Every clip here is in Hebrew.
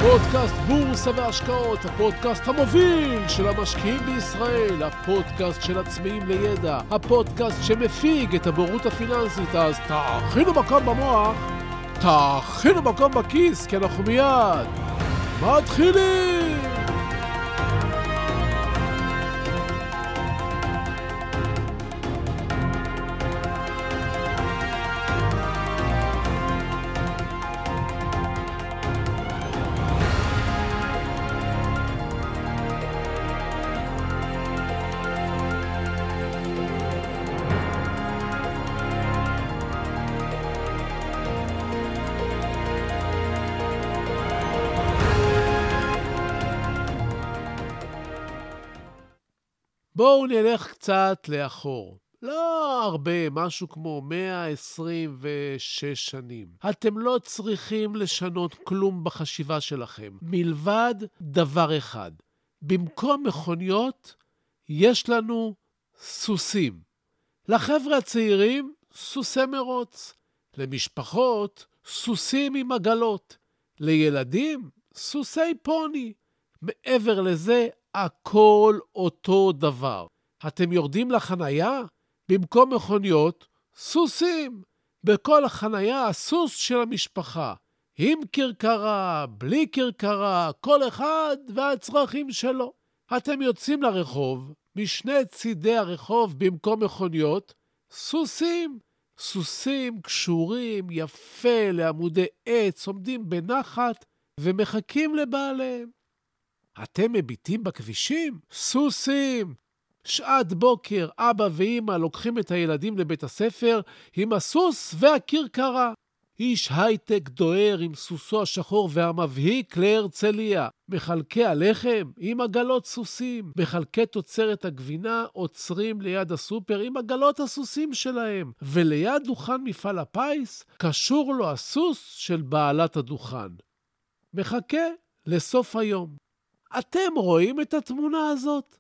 פודקאסט בורסה והשקעות, הפודקאסט המוביל של המשקיעים בישראל, הפודקאסט של עצמאים לידע, הפודקאסט שמפיג את הבורות הפיננסית. אז תאכינו מקום במוח, תאכינו מקום בכיס, כי אנחנו מיד מתחילים. בואו נלך קצת לאחור. לא הרבה, משהו כמו 126 שנים. אתם לא צריכים לשנות כלום בחשיבה שלכם, מלבד דבר אחד. במקום מכוניות, יש לנו סוסים. לחבר'ה הצעירים, סוסי מרוץ. למשפחות, סוסים עם עגלות. לילדים, סוסי פוני. מעבר לזה, הכל אותו דבר. אתם יורדים לחנייה? במקום מכוניות, סוסים. בכל החנייה, הסוס של המשפחה. עם כרכרה, בלי כרכרה, כל אחד והצרכים שלו. אתם יוצאים לרחוב, משני צידי הרחוב במקום מכוניות, סוסים. סוסים קשורים יפה לעמודי עץ, עומדים בנחת ומחכים לבעליהם. אתם מביטים בכבישים? סוסים. שעת בוקר, אבא ואמא לוקחים את הילדים לבית הספר עם הסוס והכרכרה. איש הייטק דוהר עם סוסו השחור והמבהיק להרצליה. מחלקי הלחם עם עגלות סוסים. מחלקי תוצרת הגבינה עוצרים ליד הסופר עם עגלות הסוסים שלהם. וליד דוכן מפעל הפיס קשור לו הסוס של בעלת הדוכן. מחכה לסוף היום. אתם רואים את התמונה הזאת?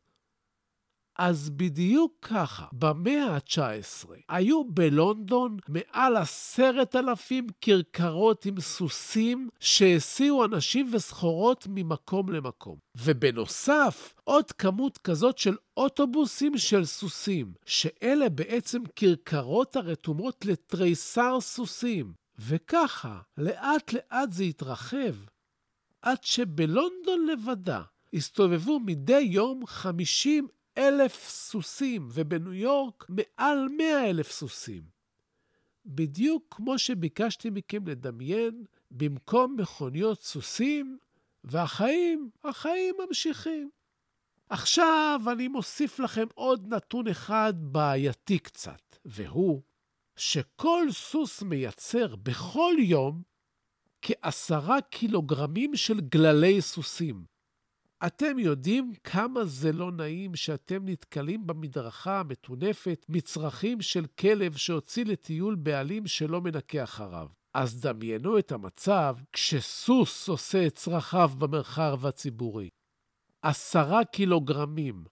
אז בדיוק ככה, במאה ה-19 היו בלונדון מעל 10,000 כרכרות עם סוסים שהסיעו אנשים וסחורות ממקום למקום. ובנוסף, עוד כמות כזאת של אוטובוסים של סוסים, שאלה בעצם כרכרות הרתומות לתריסר סוסים. וככה, לאט לאט זה התרחב. עד שבלונדון לבדה הסתובבו מדי יום 50,000 סוסים, ובניו יורק מעל 100,000 סוסים. בדיוק כמו שביקשתי מכם לדמיין, במקום מכוניות סוסים, והחיים ממשיכים. עכשיו אני מוסיף לכם עוד נתון אחד בעייתי קצת, והוא שכל סוס מייצר בכל יום כ10 קילוגרמים של גללי סוסים. אתם יודעים כמה זה לא נעים שאתם נתקלים במדרכה המטונפת מצרכים של כלב שהוציא לטיול בעלים שלא מנקה אחריו. אז דמיינו את המצב כשסוס עושה את צרכיו במרחב הציבורי. 10 קילוגרמים.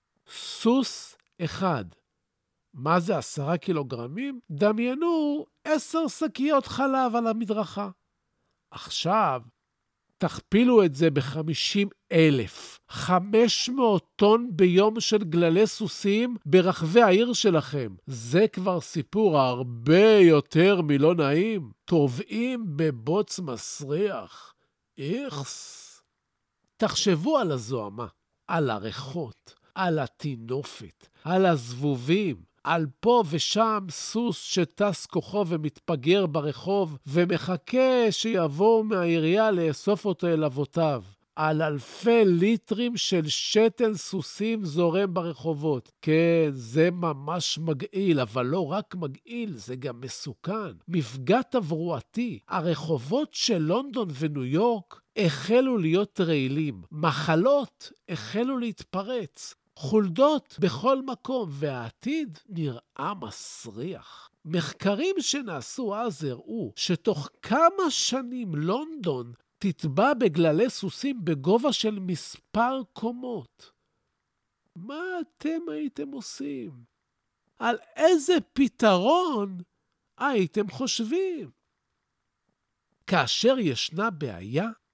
סוס אחד. מה זה 10 קילוגרמים? דמיינו 10 שקיות חלב על המדרכה. עכשיו, תכפילו את זה ב50,000. 500 טון ביום של גללי סוסים ברחבי העיר שלכם. זה כבר סיפור הרבה יותר מלא נעים. טובעים בבוץ מסריח. איכס. תחשבו על הזוהמה, על הריחות, על הטינופת, על הזבובים. על פה ושם סוס שטס כוחו ומתפגר ברחוב ומחכה שיבואו מהעירייה לאסוף אותו אל אבותיו. על אלפי ליטרים של שתן סוסים זורם ברחובות. כן, זה ממש מגעיל, אבל לא רק מגעיל, זה גם מסוכן. מפגע תברואתי. הרחובות של לונדון וניו יורק החלו להיות רעילים. מחלות החלו להתפרץ. חולדות בכל מקום, והעתיד נראה מסריח. מחקרים שנעשו אז הראו שתוך כמה שנים לונדון תטבע בגללי סוסים בגובה של מספר קומות. מה אתם הייתם עושים? על איזה פתרון הייתם חושבים? כאשר ישנה בעיה,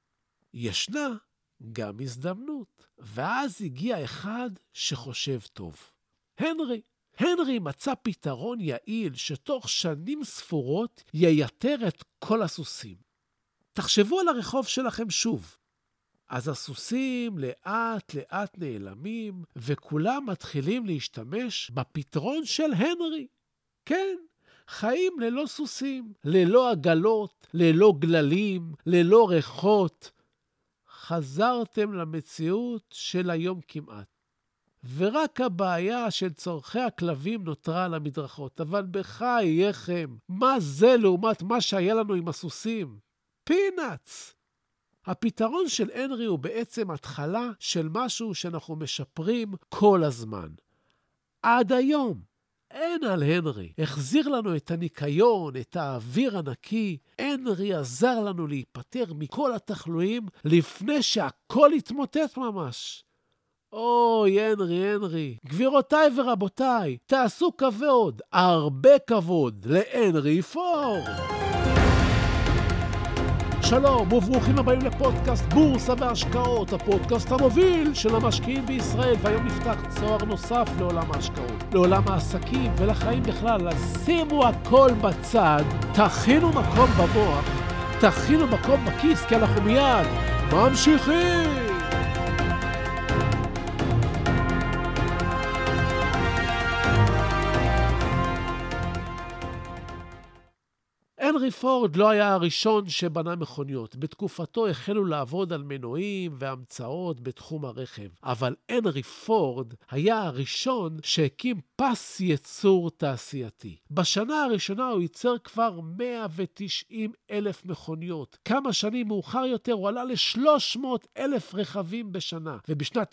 ישנה גם הזדמנות. ואז הגיע אחד שחושב טוב. הנרי מצא פתרון יעיל שתוך שנים ספורות ייתר את כל הסוסים. תחשבו על הרחוב שלכם שוב. אז הסוסים לאט לאט נעלמים, וכולם מתחילים להשתמש בפתרון של הנרי. כן, חיים ללא סוסים, ללא עגלות, ללא גללים, ללא ריחות. חזרתם למציאות של היום כמעט. ורק הבעיה של צורכי הכלבים נותרה על המדרכות. אבל בחייכם, מה זה לעומת מה שהיה לנו עם הסוסים? פינאץ! הפתרון של הנרי הוא בעצם התחלה של משהו שאנחנו משפרים כל הזמן. עד היום. אין על הנרי. החזיר לנו את הניקיון, את האוויר הנקי. הנרי עזר לנו להיפטר מכל התחלואים לפני שהכל התמוטט ממש. אוי, הנרי. גבירותיי ורבותיי, תעשו כבוד, הרבה כבוד, להנרי פורד. שלום וברוכים הבאים לפודקאסט בורסה והשקעות, הפודקאסט המוביל של המשקיעים בישראל. והיום נפתח צוהר נוסף לעולם ההשקעות, לעולם העסקים ולחיים בכלל. אז שימו הכל בצד, תכינו מקום במוח, תכינו מקום בכיס, כי אנחנו מיד ממשיכים. הנרי פורד לא היה הראשון שבנה מכוניות. בתקופתו החלו לעבוד על מנועים והמצאות בתחום הרכב. אבל הנרי פורד היה הראשון שהקים פס ייצור תעשייתי. בשנה הראשונה הוא ייצר כבר 190,000 מכוניות. כמה שנים מאוחר יותר הוא עלה ל-300,000 רכבים בשנה. ובשנת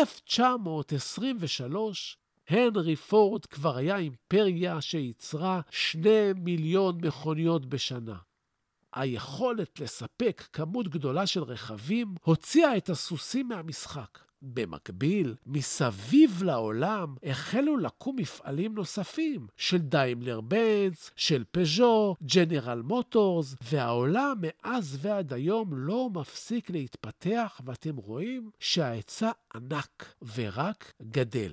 1923, הנרי פורד כבר היה אימפריה שייצרה 2 מיליון מכוניות בשנה. היכולת לספק כמות גדולה של רכבים הוציאה את הסוסים מהמשחק. במקביל, מסביב לעולם החלו לקום מפעלים נוספים של דיימלר בנץ, של פז'ו, ג'נרל מוטורס, והעולם מאז ועד היום לא מפסיק להתפתח, ואתם רואים שההיצע ענק ורק גדל.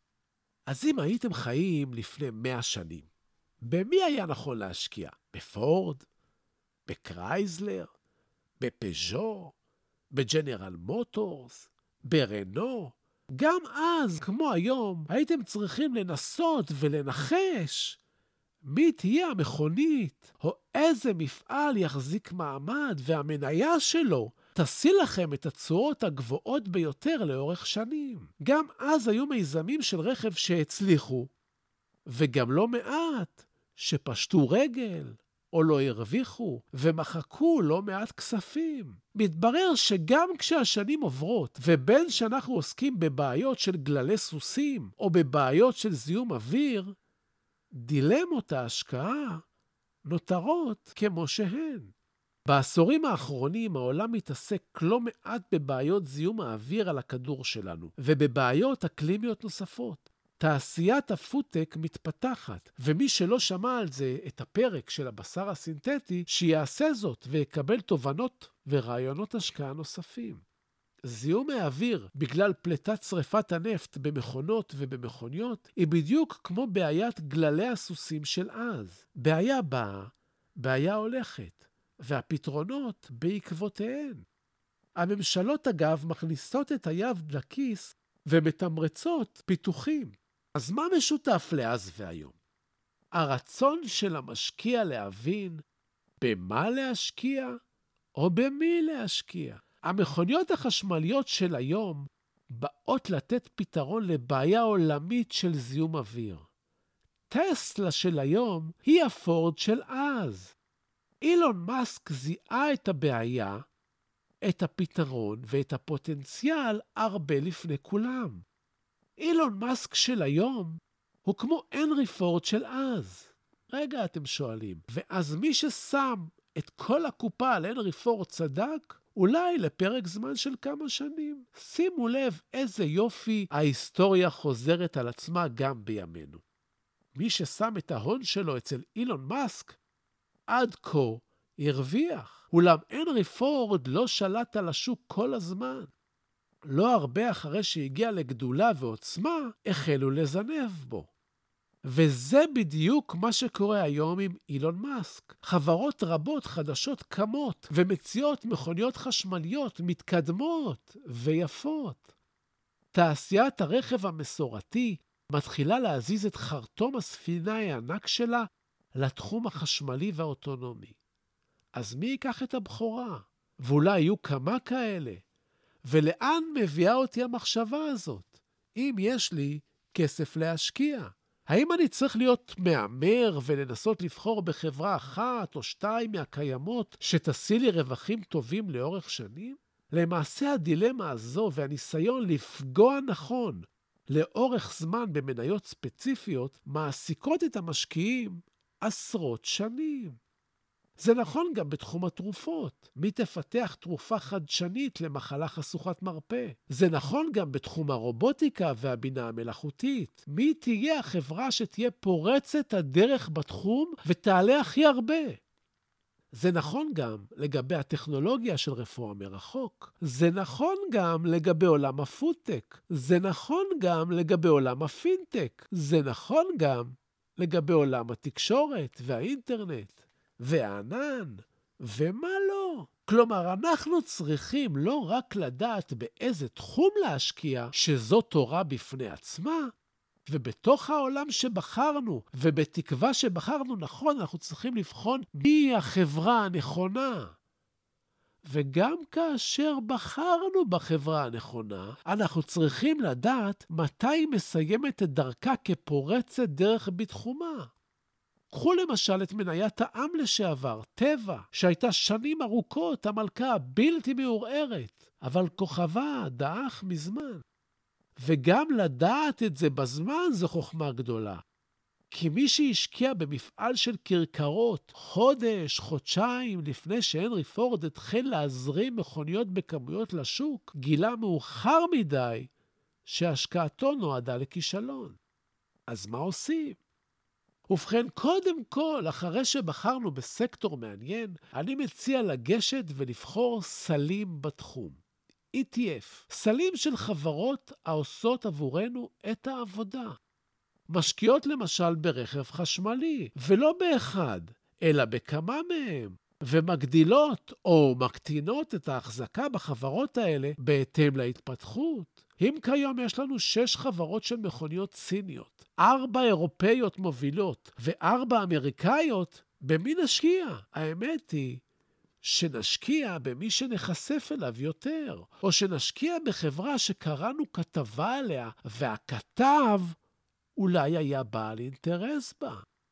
אז אם הייתם חיים לפני 100 שנים, במי היה נכון להשקיע? בפורד? בקרייזלר? בפז'ו? בג'נרל מוטורס? ברנו? גם אז, כמו היום, הייתם צריכים לנסות ולנחש מי תהיה המכונית, או איזה מפעל יחזיק מעמד, והמניה שלו תשיא לכם את התשואות הגבוהות ביותר לאורך שנים. גם אז היו מיזמים של רכב שהצליחו, וגם לא מעט שפשטו רגל, או לא הרוויחו, ומחקו לא מעט כספים. מתברר שגם כשהשנים עוברות, ובין שאנחנו עוסקים בבעיות של גללי סוסים, או בבעיות של זיהום אוויר, דילמות ההשקעה נותרות כמו שהן. בעשורים האחרונים העולם מתעסק לא מעט בבעיות זיהום האוויר על הכדור שלנו, ובבעיות אקלימיות נוספות. תעשיית הפודטק מתפתחת, ומי שלא שמע על זה את הפרק של הבשר הסינתטי, שיעשה זאת ויקבל תובנות ורעיונות השקעה נוספים. זיהום האוויר בגלל פליטת שריפת הנפט במכונות ובמכוניות היא בדיוק כמו בעיית גללי הסוסים של אז. בעיה באה, בעיה הולכת. והפתרונות בעקבותיהן. הממשלות אגב מכניסות את היד לכיס ומתמרצות פיתוחים. אז מה משותף לאז והיום? הרצון של המשקיע להבין במה להשקיע או במי להשקיע. המכוניות החשמליות של היום באות לתת פתרון לבעיה עולמית של זיהום אוויר. טסלה של היום היא הפורד של אז. אילון מאסק זיהה את הבעיה, את הפתרון ואת הפוטנציאל הרבה לפני כולם. אילון מאסק של היום הוא כמו הנרי פורד של אז. רגע, אתם שואלים, ואז מי ששם את כל הקופה על הנרי פורד צדק? אולי לפרק זמן של כמה שנים. שימו לב איזה יופי ההיסטוריה חוזרת על עצמה גם בימינו. מי ששם את ההון שלו אצל אילון מאסק, עד כה הרוויח. אולם הנרי פורד לא שלט על השוק כל הזמן. לא הרבה אחרי שהגיע לגדולה ועוצמה, החלו לזנב בו. וזה בדיוק מה שקורה היום עם אילון מאסק. חברות רבות חדשות קמות ומציעות מכוניות חשמליות מתקדמות ויפות. תעשיית הרכב המסורתי מתחילה להזיז את חרטום הספינה הענק שלה לתחום החשמלי והאוטונומי. אז מי ייקח את הבכורה? ואולי יהיו כמה כאלה. ולאן מביאה אותי המחשבה הזאת? אם יש לי כסף להשקיע. האם אני צריך להיות מאמר ולנסות לבחור בחברה אחת או שתיים מהקיימות שתשיא לי רווחים טובים לאורך שנים? למעשה הדילמה הזו והניסיון לפגוע נכון לאורך זמן במניות ספציפיות מעסיקות את המשקיעים עשרות שנים. זה נכון גם בתחום התרופות. מי תפתח תרופה חדשנית למחלה חשוכת מרפא? זה נכון גם בתחום הרובוטיקה והבינה המלאכותית. מי תהיה החברה שתהיה פורצת הדרך בתחום ותעלה הכי הרבה? זה נכון גם לגבי הטכנולוגיה של רפואה מרחוק. זה נכון גם לגבי עולם הפודטק. זה נכון גם לגבי עולם הפינטק. זה נכון גם לגבי עולם התקשורת והאינטרנט. והענן, ומה לא? כלומר, אנחנו צריכים לא רק לדעת באיזה תחום להשקיע, שזו תורה בפני עצמה, ובתוך העולם שבחרנו, ובתקווה שבחרנו נכון, אנחנו צריכים לבחון מי החברה הנכונה. וגם כאשר בחרנו בחברה הנכונה, אנחנו צריכים לדעת מתי היא מסיימת את דרכה כפורצת דרך בתחומה. קחו למשל את מניית העם לשעבר, טבע, שהייתה שנים ארוכות המלכה הבלתי מעורערת, אבל כוכבה דעך מזמן. וגם לדעת את זה בזמן זו חוכמה גדולה. כי מי שהשקיע במפעל של כרכרות חודש, חודשיים לפני שהנרי פורד התחיל להזרים מכוניות בכמויות לשוק, גילה מאוחר מדי שהשקעתו נועדה לכישלון. אז מה עושים? ובכן, קודם כל, אחרי שבחרנו בסקטור מעניין, אני מציע לגשת ולבחור סלים בתחום. ETF, סלים של חברות העושות עבורנו את העבודה. משקיעות למשל ברכב חשמלי, ולא באחד, אלא בכמה מהם, ומגדילות או מקטינות את ההחזקה בחברות האלה בהתאם להתפתחות. אם כיום יש לנו 6 חברות של מכוניות סיניות, 4 אירופאיות מובילות ו4 אמריקאיות, במי נשקיע? האמת היא שנשקיע במי שנחשף אליו יותר, או שנשקיע בחברה שקראנו כתבה עליה, והכתב אולי היה בעל אינטרס בה.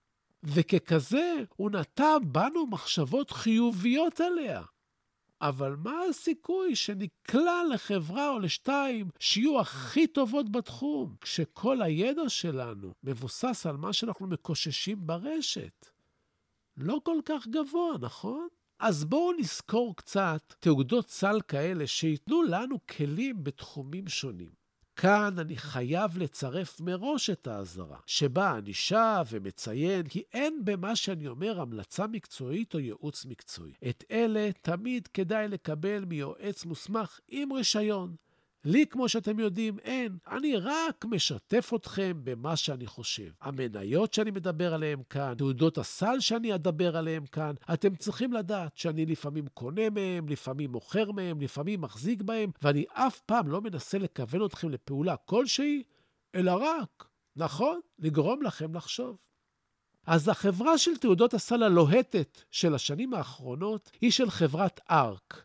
וככזה הוא נטע בנו מחשבות חיוביות עליה. אבל מה הסיכוי שנקלע לחברה או לשתיים שיהיו הכי טובות בתחום, כשכל הידע שלנו מבוסס על מה שאנחנו מקוששים ברשת? לא כל כך גבוה, נכון? אז בואו נזכור קצת תעודות סל כאלה שיתנו לנו כלים בתחומים שונים. כאן אני חייב לצרף מראש את האזהרה, שבה אני שב ומציין כי אין במה שאני אומר המלצה מקצועית או ייעוץ מקצועי. את אלה תמיד כדאי לקבל מיועץ מוסמך עם רישיון. לי, כמו שאתם יודעים, אין. אני רק משתף אתכם במה שאני חושב. המניות שאני מדבר עליהן כאן, תעודות הסל שאני אדבר עליהן כאן, אתם צריכים לדעת שאני לפעמים קונה מהם, לפעמים מוכר מהם, לפעמים מחזיק בהם, ואני אף פעם לא מנסה לכוון אתכם לפעולה כלשהי, אלא רק, נכון, לגרום לכם לחשוב. אז החברה של תעודות הסל הלוהטת של השנים האחרונות היא של חברת ARK,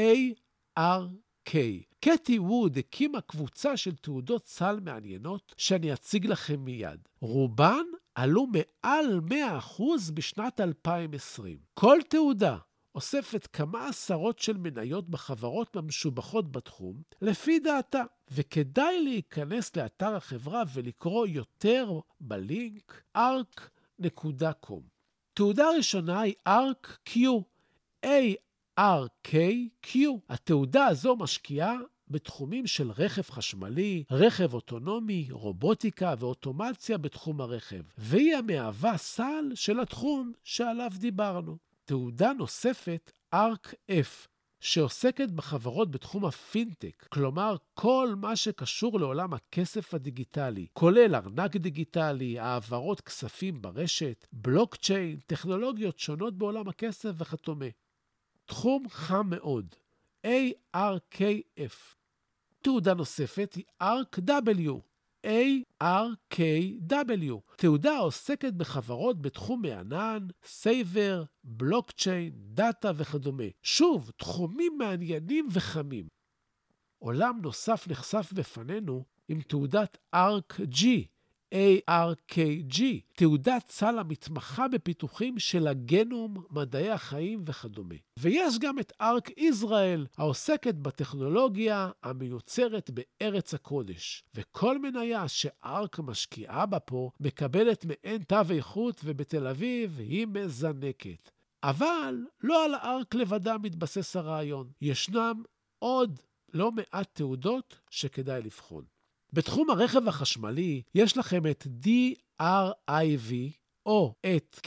A-R-K. קטי ווד הקימה קבוצה של תעודות סל מעניינות שאני אציג לכם מיד. רובן עלו מעל 100% בשנת 2020. כל תעודה אוספת כמה עשרות של מניות בחברות המשובחות בתחום, לפי דעתה, וכדאי להיכנס לאתר החברה ולקרוא יותר בלינק ark.com. תעודה ראשונה היא ARK-Q, ARK-Q. התעודה הזו משקיעה בתחומים של רכב חשמלי, רכב אוטונומי, רובוטיקה ואוטומציה בתחום הרכב, והיא המהווה סל של התחום שעליו דיברנו. תעודה נוספת, ARC-F, שעוסקת בחברות בתחום הפינטק, כלומר כל מה שקשור לעולם הכסף הדיגיטלי, כולל ארנק דיגיטלי, העברות כספים ברשת, בלוקצ'יין, טכנולוגיות שונות בעולם הכסף וכדומה. תחום חם מאוד, ARKF. תעודה נוספת היא ARKW, ARKW, תעודה העוסקת בחברות בתחום הענן, סייבר, בלוקצ'יין, דאטה וכדומה. שוב, תחומים מעניינים וחמים. עולם נוסף נחשף בפנינו עם תעודת ARKG, ARKG, תעודת סל המתמחה בפיתוחים של הגנום, מדעי החיים וכדומה. ויש גם את ARC ישראל, העוסקת בטכנולוגיה המיוצרת בארץ הקודש. וכל מניה שארק משקיעה בה פה, מקבלת מעין תו איכות, ובתל אביב היא מזנקת. אבל לא על ARC לבדה מתבסס הרעיון. ישנם עוד לא מעט תעודות שכדאי לבחון. בתחום הרכב החשמלי יש לכם את DRIV או את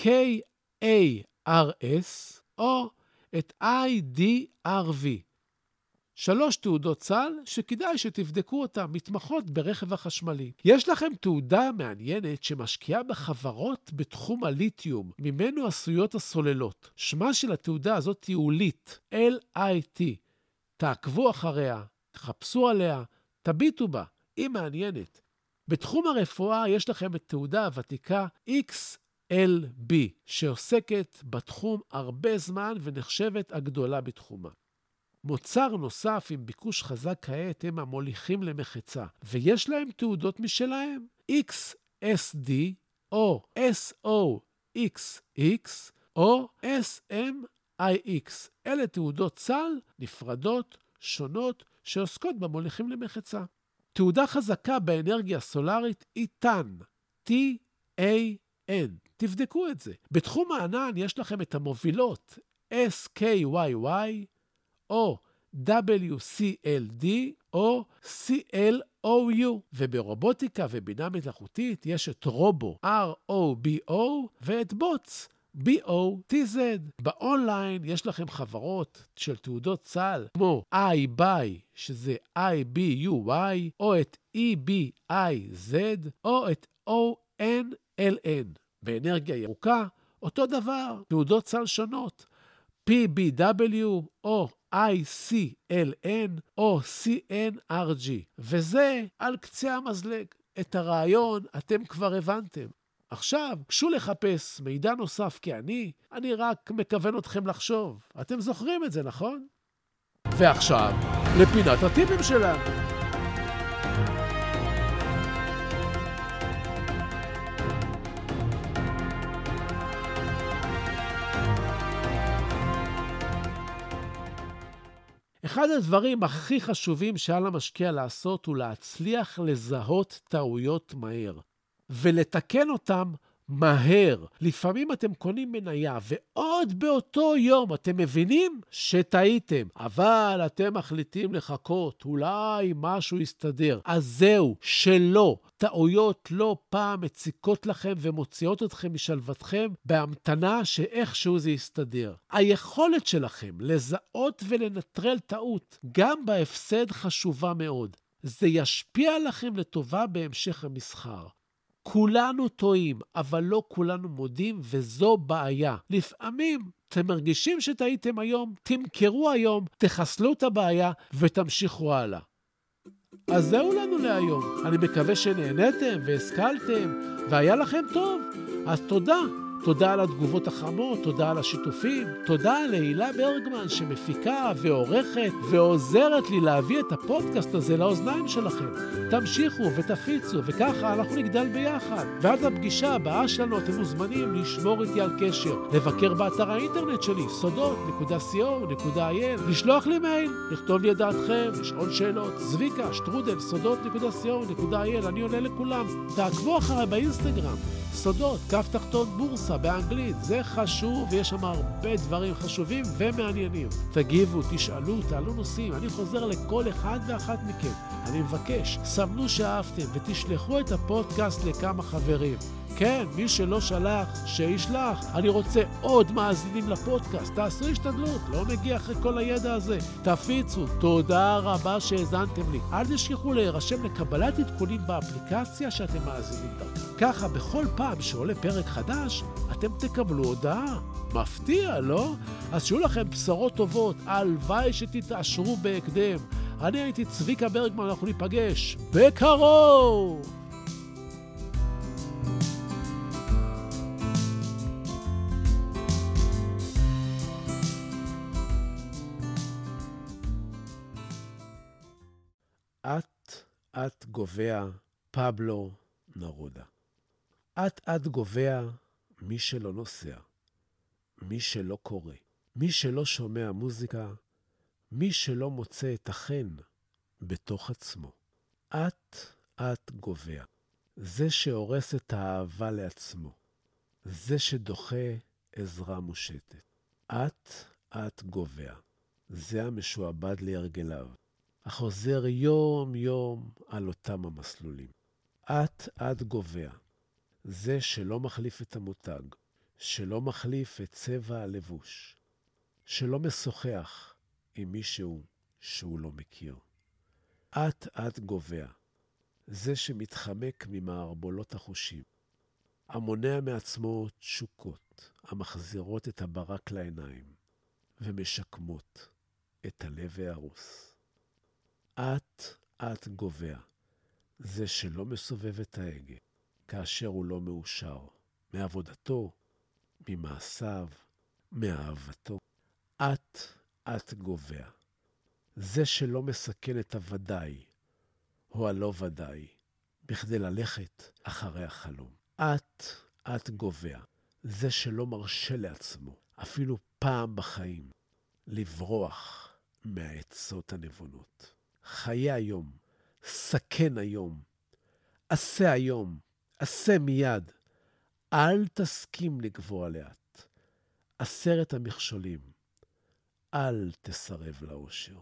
KARS או את IDRV. 3 תעודות סל שכדאי שתבדקו אותן, מתמחות ברכב החשמלי. יש לכם תעודה מעניינת שמשקיעה בחברות בתחום הליתיום, ממנו עשויות הסוללות. שמה של התעודה הזאת היא ליט, LIT. תעקבו אחריה, תחפשו עליה, תביטו בה. היא מעניינת. בתחום הרפואה יש לכם את תעודה הוותיקה XLB, שעוסקת בתחום הרבה זמן ונחשבת הגדולה בתחומה. מוצר נוסף עם ביקוש חזק כעת הם המוליכים למחצה, ויש להם תעודות משלהם. XSD או SOXX או SMIX. אלה תעודות סל נפרדות, שונות, שעוסקות במוליכים למחצה. תעודה חזקה באנרגיה סולארית היא TAN, T-A-N. תבדקו את זה. בתחום הענן יש לכם את המובילות SKYY או WCLD או CLOU. וברובוטיקה ובינה מלאכותית יש את רובו, ROBO, ואת בוטס, BOTZ. באונליין יש לכם חברות של תעודות סל כמו iBuy, שזה IBUY, או את EBIZ, או את ONLN. באנרגיה ירוקה, אותו דבר, תעודות סל שונות, PBW, או ICLN, או CNRG. וזה על קצה המזלג. את הרעיון אתם כבר הבנתם. עכשיו, קשו לחפש מידע נוסף, כי אני רק מכוון אתכם לחשוב. אתם זוכרים את זה, נכון? ועכשיו, לפינת הטיפים שלנו. אחד הדברים הכי חשובים שעל המשקיע לעשות הוא להצליח לזהות טעויות מהר. ולתקן אותם מהר. לפעמים אתם קונים מניה, ועוד באותו יום אתם מבינים שטעיתם, אבל אתם מחליטים לחכות, אולי משהו יסתדר. אז זהו, שלא. טעויות לא פעם מציקות לכם ומוציאות אתכם משלוותכם בהמתנה שאיכשהו זה יסתדר. היכולת שלכם לזהות ולנטרל טעות, גם בהפסד, חשובה מאוד. זה ישפיע לכם לטובה בהמשך המסחר. כולנו טועים, אבל לא כולנו מודים, וזו בעיה. לפעמים אתם מרגישים שטעיתם היום, תמכרו היום, תחסלו את הבעיה ותמשיכו הלאה. אז זהו לנו להיום. אני מקווה שנהנתם והשכלתם והיה לכם טוב. אז תודה. תודה על התגובות החמות, תודה על השיתופים, תודה להילה ברגמן שמפיקה ועורכת ועוזרת לי להביא את הפודקאסט הזה לאוזניים שלכם. תמשיכו ותפיצו, וככה אנחנו נגדל ביחד. ועד הפגישה הבאה שלנו אתם מוזמנים לשמור איתי על קשר, לבקר באתר האינטרנט שלי, סודות.co.il, לשלוח לי מייל, לכתוב לי את דעתכם, לשאול שאלות, zvika@סודות.co.il, אני עונה לכולם. תעקבו אחריי באינסטגרם, סודות, כף תחתון בורסה באנגלית, זה חשוב ויש שם הרבה דברים חשובים ומעניינים. תגיבו, תשאלו, תעלו נושאים, אני חוזר לכל אחד ואחת מכם. אני מבקש, סמנו שאהבתם ותשלחו את הפודקאסט לכמה חברים. כן, מי שלא שלח, שישלח. אני רוצה עוד מאזינים לפודקאסט. תעשו השתדלות, לא מגיע אחרי כל הידע הזה. תפיצו, תודה רבה שהזנתם לי. אל תשכחו להירשם לקבלת עדכונים באפליקציה שאתם מאזינים דרכה. ככה, בכל פעם שעולה פרק חדש, אתם תקבלו הודעה. מפתיע, לא? אז שיהיו לכם בשורות טובות, הלוואי שתתעשרו בהקדם. אני הייתי צביקה ברגמן, אנחנו ניפגש בקרוב! את גובע פבלו נרודה. את גובע מי שלא נוסע, מי שלא קורא, מי שלא שומע מוזיקה, מי שלא מוצא את החן בתוך עצמו. את גובע. זה שהורס את האהבה לעצמו. זה שדוחה עזרה מושטת. את גובע. זה המשועבד להרגליו. החוזר יום יום על אותם המסלולים. את גובע. זה שלא מחליף את המותג, שלא מחליף את צבע הלבוש, שלא משוחח עם מישהו שהוא לא מכיר. את גובע. זה שמתחמק ממערבולות החושים, המונע מעצמו תשוקות, המחזירות את הברק לעיניים, ומשקמות את הלב והרוס. את גובע. זה שלא מסובב את ההגה, כאשר הוא לא מאושר, מעבודתו, ממעשיו, מאהבתו. את גובע. זה שלא מסכן את הוודאי, או הלא ודאי, בכדי ללכת אחרי החלום. את גובע. זה שלא מרשה לעצמו, אפילו פעם בחיים, לברוח מהעצות הנבונות. חיה היום, סכן היום, עשה היום, עשה מיד. אל תסכים לגבוה לאט. 10 המכשולים, אל תסרב לאושר.